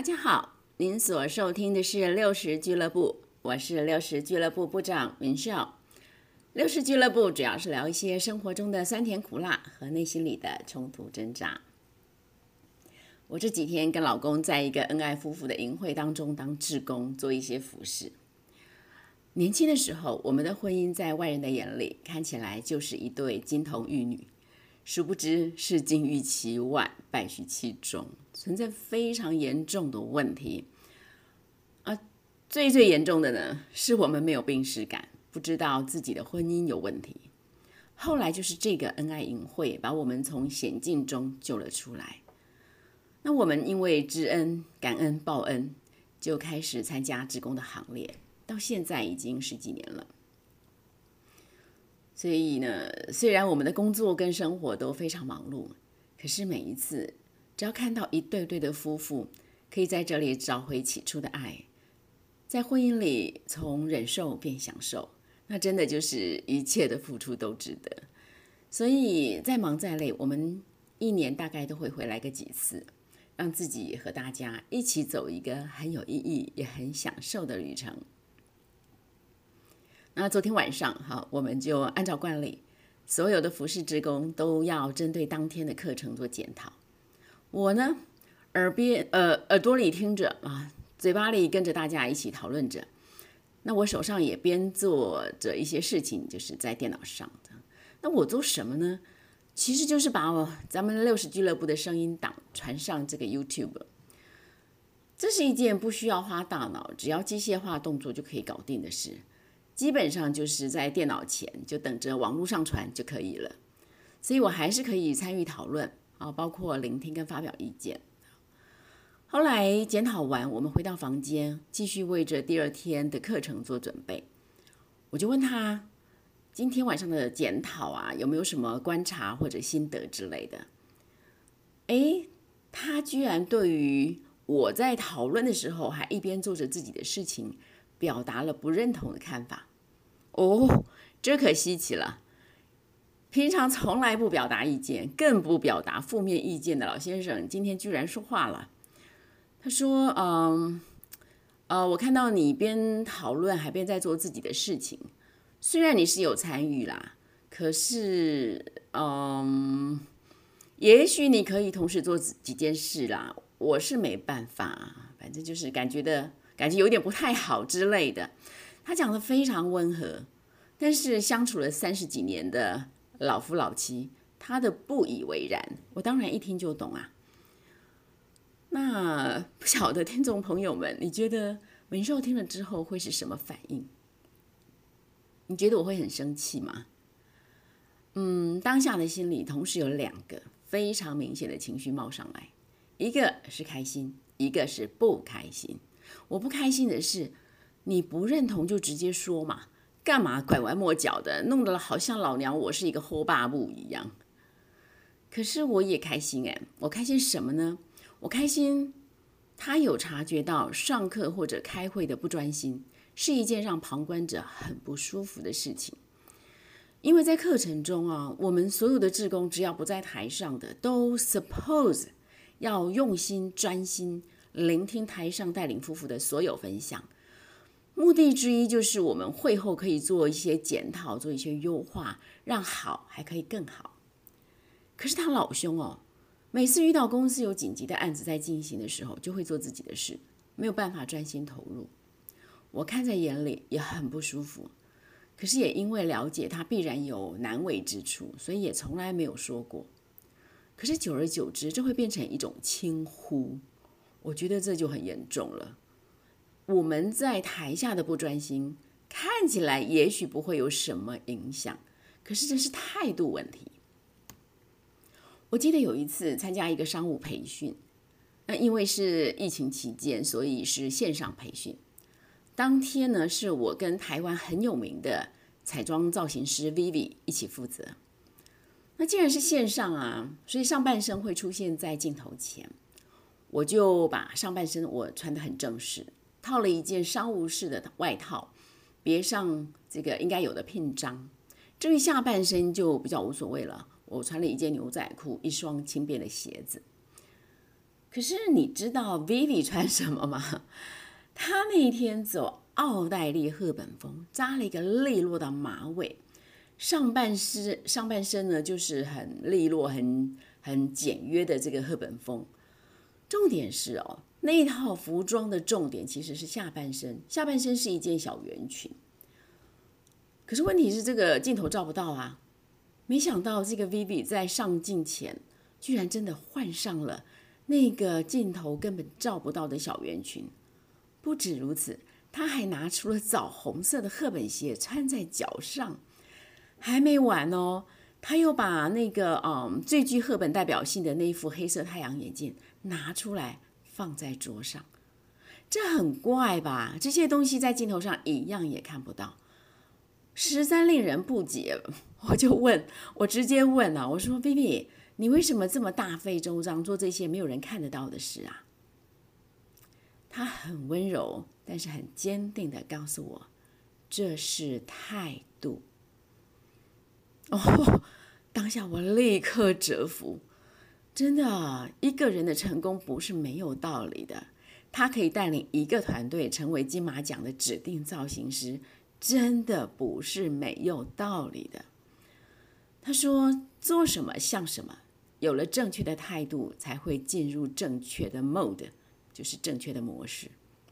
家好，您所收听的是六十俱乐部，我是六十俱乐部部长文少。六十俱乐部主要是聊一些生活中的酸甜苦辣和内心里的冲突挣扎。我这几天跟老公在一个恩爱夫妇的营会当中当志工，做一些服事。年轻的时候，我们的婚姻在外人的眼里看起来就是一对金童玉女，殊不知是金玉其外，败絮其中，存在非常严重的问题。最严重的呢，是我们没有病识感，不知道自己的婚姻有问题。后来就是这个恩爱营会把我们从险境中救了出来。那我们因为知恩、感恩、报恩，就开始参加志工的行列，到现在已经10几年了。所以呢，虽然我们的工作跟生活都非常忙碌，可是每一次只要看到一对对的夫妇可以在这里找回起初的爱，在婚姻里从忍受变享受，那真的就是一切的付出都值得。所以再忙再累，我们一年大概都会回来个几次，让自己和大家一起走一个很有意义也很享受的旅程。那昨天晚上我们就按照惯例，所有的服事志工都要针对当天的课程做检讨。我呢，耳朵里听着嘴巴里跟着大家一起讨论着。那我手上也边做着一些事情，就是在电脑上的。那我做什么呢？其实就是把咱们60俱乐部的声音档传上这个 YouTube。这是一件不需要花大脑，只要机械化动作就可以搞定的事。基本上就是在电脑前就等着网络上传就可以了。所以我还是可以参与讨论包括聆听跟发表意见。后来检讨完，我们回到房间，继续为着第二天的课程做准备。我就问他，今天晚上的检讨有没有什么观察或者心得之类的？他居然对于我在讨论的时候还一边做着自己的事情，表达了不认同的看法。这可稀奇了。平常从来不表达意见，更不表达负面意见的老先生，今天居然说话了。他说我看到你边讨论还边在做自己的事情，虽然你是有参与啦，可是也许你可以同时做几件事啦，我是没办法，反正就是感觉有点不太好之类的。他讲得非常温和，但是相处了30几年的老夫老妻，他的不以为然，我当然一听就懂啊。那不晓得听众朋友们，你觉得文寿听了之后会是什么反应？你觉得我会很生气吗？当下的心里同时有2个非常明显的情绪冒上来，一个是开心，一个是不开心。我不开心的是，你不认同就直接说嘛，干嘛拐弯抹角的，弄得好像老娘我是一个后爸母一样。可是我也开心我开心什么呢？我开心他有察觉到上课或者开会的不专心是一件让旁观者很不舒服的事情。因为在课程中我们所有的志工只要不在台上的，都 suppose 要用心专心聆听台上带领夫妇的所有分享。目的之一就是我们会后可以做一些检讨，做一些优化，让好还可以更好。可是他老兄每次遇到公司有紧急的案子在进行的时候，就会做自己的事，没有办法专心投入。我看在眼里也很不舒服，可是也因为了解他必然有难为之处，所以也从来没有说过。可是久而久之，这会变成一种轻忽，我觉得这就很严重了。我们在台下的不专心，看起来也许不会有什么影响，可是这是态度问题。我记得有一次参加一个商务培训，因为是疫情期间，所以是线上培训。当天呢，是我跟台湾很有名的彩妆造型师 Vivi 一起负责。那既然是线上所以上半身会出现在镜头前，我就把上半身我穿得很正式，套了一件商务式的外套，别上这个应该有的聘章。至于下半身就比较无所谓了，我穿了一件牛仔裤，一双轻便的鞋子。 可是你知道 Vivi 穿什么吗？她那一天走奥黛丽·赫本风，扎了一个利落的马尾，上半身呢就是很利落、很简约的这个赫本风。重点是那一套服装的重点其实是下半身，下半身是一件小圆裙。可是问题是这个镜头照不到啊！没想到这个 Vivi 在上镜前，居然真的换上了那个镜头根本照不到的小圆裙。不止如此，她还拿出了枣红色的赫本鞋穿在脚上。还没完哦，她又把那个最具赫本代表性的那一副黑色太阳眼镜拿出来放在桌上。这很怪吧？这些东西在镜头上一样也看不到，实在令人不解。我直接问我说 Vivi， 你为什么这么大费周章做这些没有人看得到的事啊？他很温柔，但是很坚定地告诉我，这是态度。当下我立刻折服。真的，一个人的成功不是没有道理的。他可以带领一个团队成为金马奖的指定造型师，真的不是没有道理的。他说，做什么像什么，有了正确的态度，才会进入正确的 mode， 就是正确的模式。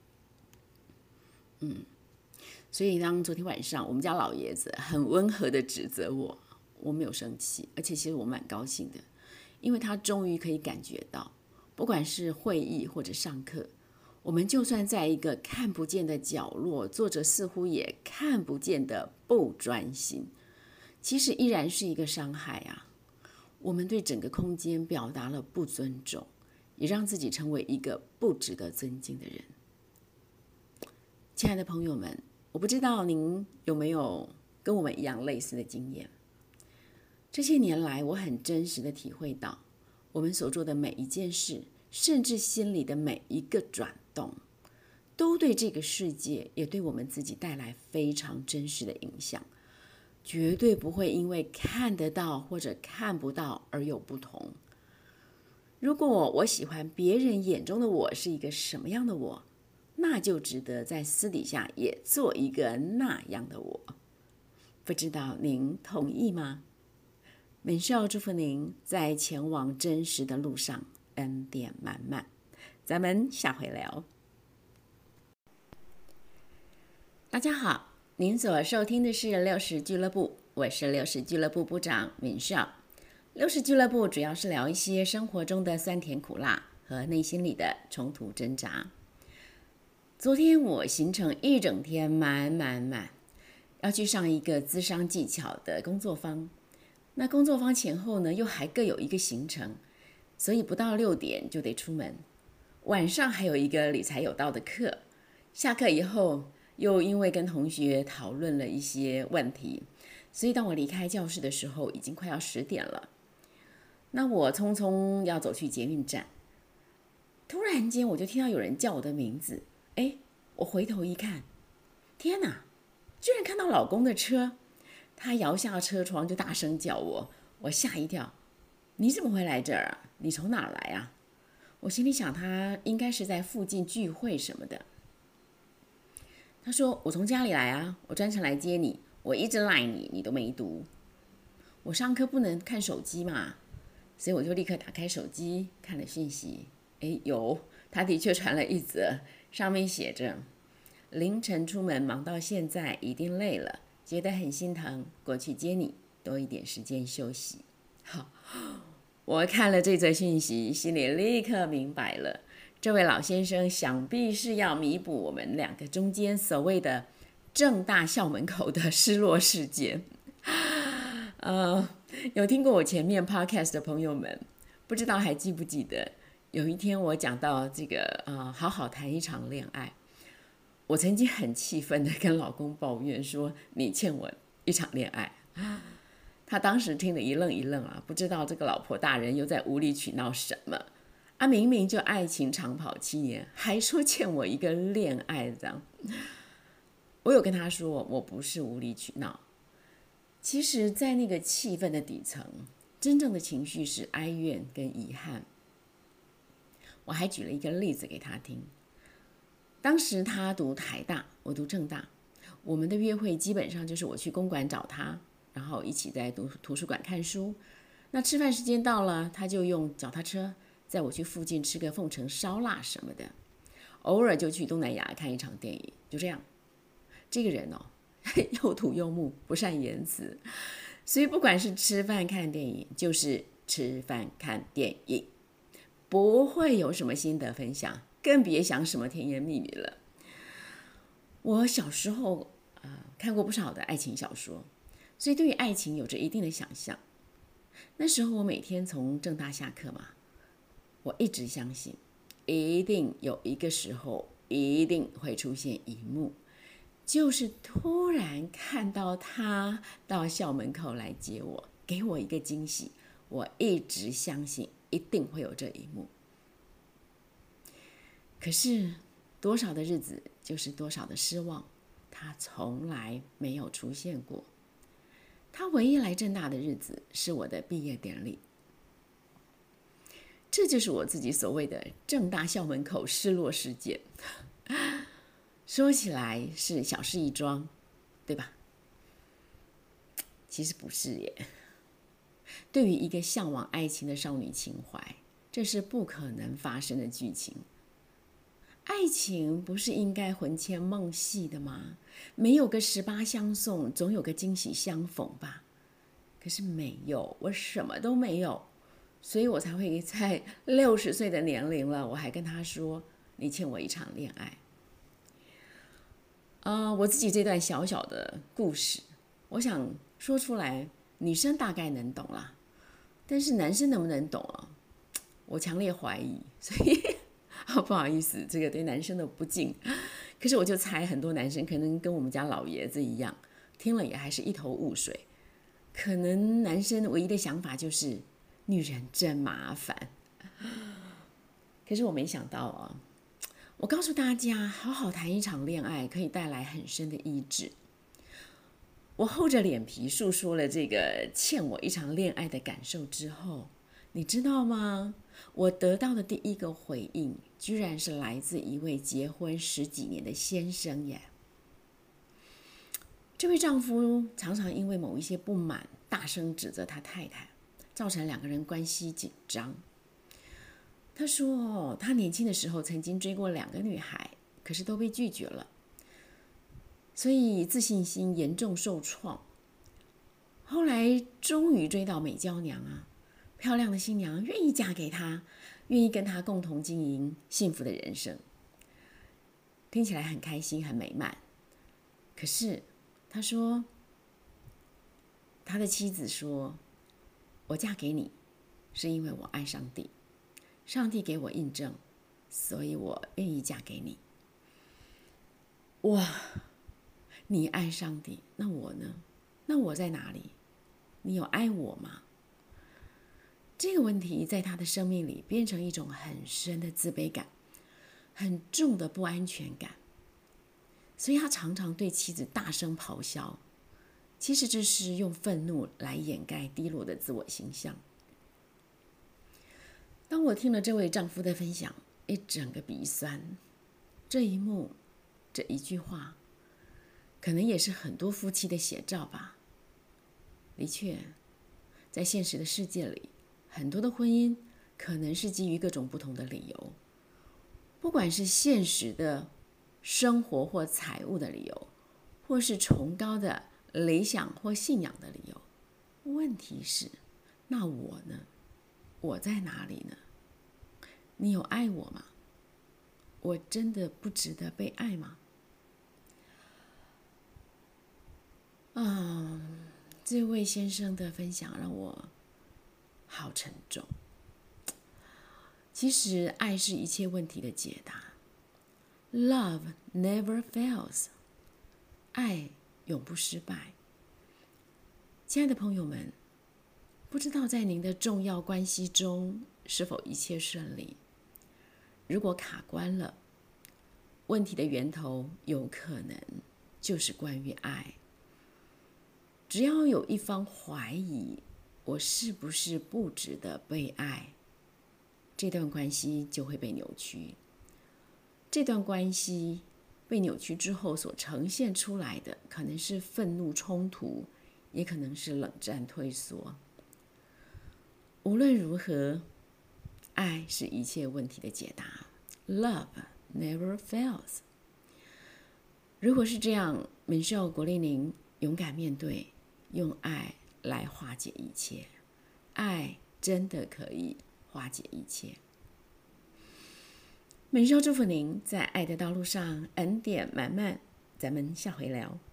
所以当昨天晚上我们家老爷子很温和的指责我没有生气，而且其实我蛮高兴的，因为他终于可以感觉到，不管是会议或者上课，我们就算在一个看不见的角落做着似乎也看不见的不专心，其实依然是一个伤害啊。我们对整个空间表达了不尊重，也让自己成为一个不值得尊敬的人。亲爱的朋友们，我不知道您有没有跟我们一样类似的经验。这些年来，我很真实的体会到，我们所做的每一件事，甚至心里的每一个转动，都对这个世界，也对我们自己带来非常真实的影响，绝对不会因为看得到或者看不到而有不同。如果我喜欢别人眼中的我是一个什么样的我，那就值得在私底下也做一个那样的我。不知道您同意吗？Michelle祝福您在前往真实的路上恩典满满。咱们下回聊。大家好，您所收听的是六十俱乐部，我是六十俱乐部部长Michelle。六十俱乐部主要是聊一些生活中的酸甜苦辣和内心里的冲突挣扎。昨天我行程一整天满，要去上一个咨商技巧的工作坊。那工作坊前后呢，又还各有一个行程，所以不到6点就得出门。晚上还有一个理财有道的课，下课以后又因为跟同学讨论了一些问题，所以当我离开教室的时候，已经快要10点了。那我匆匆要走去捷运站，突然间我就听到有人叫我的名字，我回头一看，天哪，居然看到老公的车。他摇下车窗就大声叫我吓一跳。你怎么会来这儿啊？你从哪儿来啊？我心里想他应该是在附近聚会什么的。他说我从家里来啊，我专程来接你，我一直赖你，你都没读。我上课不能看手机嘛，所以我就立刻打开手机看了讯息。有，他的确传了一则，上面写着凌晨出门忙到现在一定累了，觉得很心疼，过去接你，多一点时间休息。好，我看了这则讯息，心里立刻明白了，这位老先生想必是要弥补我们两个中间所谓的正大校门口的失落事件。有听过我前面 podcast 的朋友们，不知道还记不记得，有一天我讲到这个好好谈一场恋爱，我曾经很气愤的跟老公抱怨说，你欠我一场恋爱。他当时听得一愣一愣不知道这个老婆大人又在无理取闹什么明明就爱情长跑7年，还说欠我一个恋爱这样。我有跟他说我不是无理取闹，其实在那个气愤的底层，真正的情绪是哀怨跟遗憾。 我还举了一个例子给他听。当时他读台大，我读政大，我们的约会基本上就是我去公馆找他，然后一起在图书馆看书。那吃饭时间到了，他就用脚踏车载我去附近吃个凤城烧腊什么的，偶尔就去东南亚看一场电影，就这样。这个人又土又木，不善言辞，所以不管是吃饭看电影，就是吃饭看电影，不会有什么心得分享，更别想什么甜言蜜语了。我小时候看过不少的爱情小说，所以对于爱情有着一定的想象。那时候我每天从政大下课嘛，我一直相信，一定有一个时候，一定会出现一幕，就是突然看到他到校门口来接我，给我一个惊喜。我一直相信一定会有这一幕。可是多少的日子就是多少的失望，他从来没有出现过。他唯一来政大的日子是我的毕业典礼。这就是我自己所谓的政大校门口失落事件。说起来是小事一桩，对吧？其实不是耶。对于一个向往爱情的少女情怀，这是不可能发生的剧情。爱情不是应该魂牵梦系的吗？没有个18相送，总有个惊喜相逢吧。可是没有，我什么都没有，所以我才会在60岁的年龄了，我还跟他说：“你欠我一场恋爱。”我自己这段小小的故事，我想说出来，女生大概能懂啦，但是男生能不能懂啊？我强烈怀疑，所以不好意思，这个对男生的不敬。可是我就猜很多男生可能跟我们家老爷子一样，听了也还是一头雾水。可能男生唯一的想法就是女人真麻烦。可是我没想到我告诉大家，好好谈一场恋爱可以带来很深的医治。我厚着脸皮诉说了这个欠我一场恋爱的感受之后，你知道吗？我得到的第一个回应，居然是来自一位结婚10几年的先生耶。这位丈夫常常因为某一些不满，大声指责他太太，造成2个人关系紧张。他说，他年轻的时候曾经追过2个女孩，可是都被拒绝了，所以自信心严重受创。后来终于追到美娇娘漂亮的新娘愿意嫁给他，愿意跟他共同经营幸福的人生，听起来很开心很美满。可是他说，他的妻子说，我嫁给你是因为我爱上帝，上帝给我印证，所以我愿意嫁给你。哇，你爱上帝，那我呢？那我在哪里？你有爱我吗？这个问题在他的生命里变成一种很深的自卑感，很重的不安全感，所以他常常对妻子大声咆哮，其实这是用愤怒来掩盖低落的自我形象。当我听了这位丈夫的分享，一整个鼻酸。这一幕，这一句话，可能也是很多夫妻的写照吧。的确，在现实的世界里，很多的婚姻可能是基于各种不同的理由，不管是现实的生活或财务的理由，或是崇高的理想或信仰的理由。问题是，那我呢？我在哪里呢？你有爱我吗？我真的不值得被爱吗？这位先生的分享让我好沉重。其实爱是一切问题的解答。Love never fails， 爱永不失败。亲爱的朋友们，不知道在您的重要关系中是否一切顺利？如果卡关了，问题的源头有可能就是关于爱。只要有一方怀疑我是不是不值得被爱， 这段关系就会被扭曲。这段关系被扭曲之后所呈现出来的，可能是愤怒冲突，也可能是冷战退缩。无论如何，爱是一切问题的解答。Love never fails。如果是这样，门少鼓励您勇敢面对，用爱来化解一切。爱真的可以化解一切。门少祝福您在爱的道路上恩典满满。咱们下回聊。